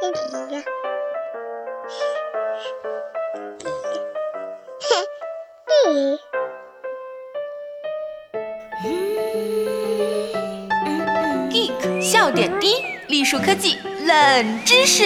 Geek 笑点低，栗树科技冷知识。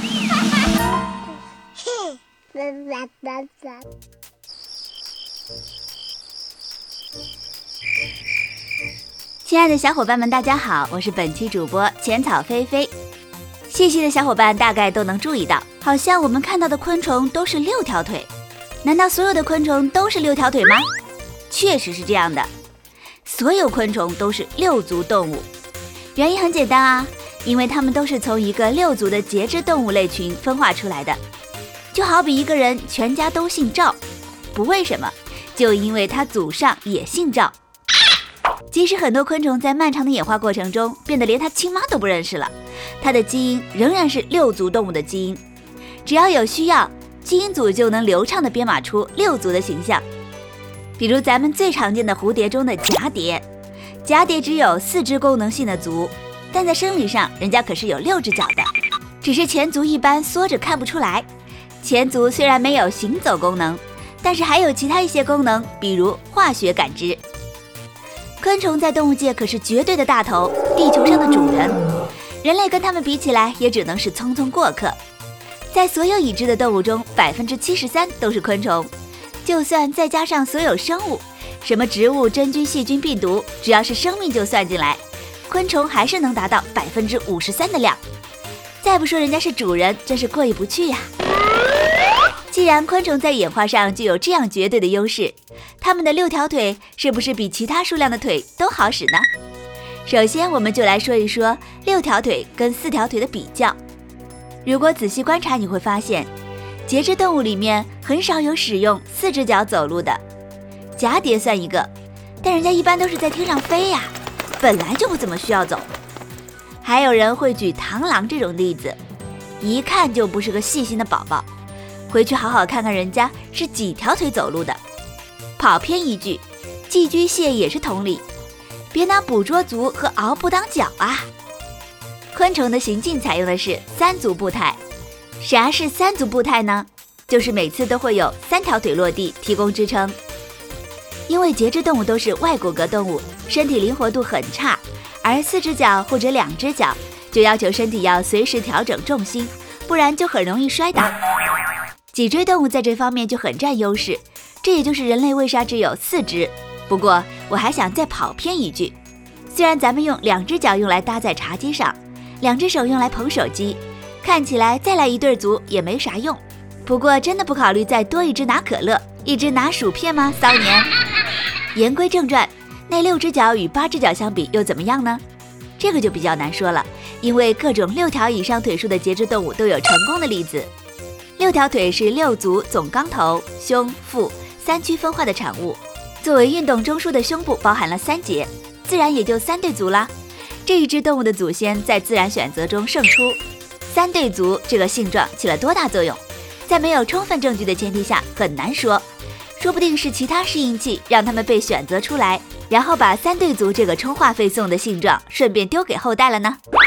亲爱的小伙伴们，大家好，我是本期主播浅草菲菲。细细的小伙伴大概都能注意到，好像我们看到的昆虫都是6条腿。难道所有的昆虫都是6条腿吗？确实是这样的，所有昆虫都是6足动物。原因很简单啊，因为它们都是从一个6足的节肢动物类群分化出来的。就好比一个人全家都姓赵，不为什么，就因为他祖上也姓赵。即使很多昆虫在漫长的演化过程中变得连他亲妈都不认识了，它的基因仍然是6足动物的基因。只要有需要，基因组就能流畅地编码出6足的形象。比如咱们最常见的蝴蝶中的蛱蝶，蛱蝶只有4只功能性的足，但在生理上人家可是有6只脚的，只是前足一般缩着看不出来。前足虽然没有行走功能，但是还有其他一些功能，比如化学感知。昆虫在动物界可是绝对的大头，地球上的主人，人类跟它们比起来也只能是匆匆过客。在所有已知的动物中，73%都是昆虫，就算再加上所有生物，什么植物、真菌、细菌、病毒，只要是生命就算进来，昆虫还是能达到53%的量。再不说人家是主人，真是过意不去呀。既然昆虫在演化上就有这样绝对的优势，它们的6条腿是不是比其他数量的腿都好使呢？首先我们就来说一说6条腿跟4条腿的比较。如果仔细观察，你会发现节肢动物里面很少有使用4只脚走路的。蛱蝶算一个，但人家一般都是在天上飞呀，本来就不怎么需要走。还有人会举螳螂这种例子，一看就不是个细心的宝宝，回去好好看看人家是几条腿走路的。跑偏一句，寄居蟹也是同理，别拿捕捉足和獒步当脚啊。昆虫的行进采用的是3足步态。啥是3足步态呢？就是每次都会有3条腿落地提供支撑。因为节肢动物都是外骨骼动物，身体灵活度很差，而4只脚或者2只脚就要求身体要随时调整重心，不然就很容易摔倒。脊椎动物在这方面就很占优势，这也就是人类为啥只有4只。不过我还想再跑偏一句，虽然咱们用2只脚用来搭在茶几上，2只手用来捧手机，看起来再来一对足也没啥用。不过真的不考虑再多1只拿可乐，1只拿薯片吗？骚年。言归正传，那6只脚与8只脚相比又怎么样呢？这个就比较难说了，因为各种6条以上腿数的节肢动物都有成功的例子。6条腿是6足总纲头、胸、腹3区分化的产物。作为运动中枢的胸部包含了3节，自然也就3对足啦。这一只动物的祖先在自然选择中胜出，3对足这个性状起了多大作用，在没有充分证据的前提下很难说，说不定是其他适应器让它们被选择出来，然后把3对足这个充话费送的性状顺便丢给后代了呢。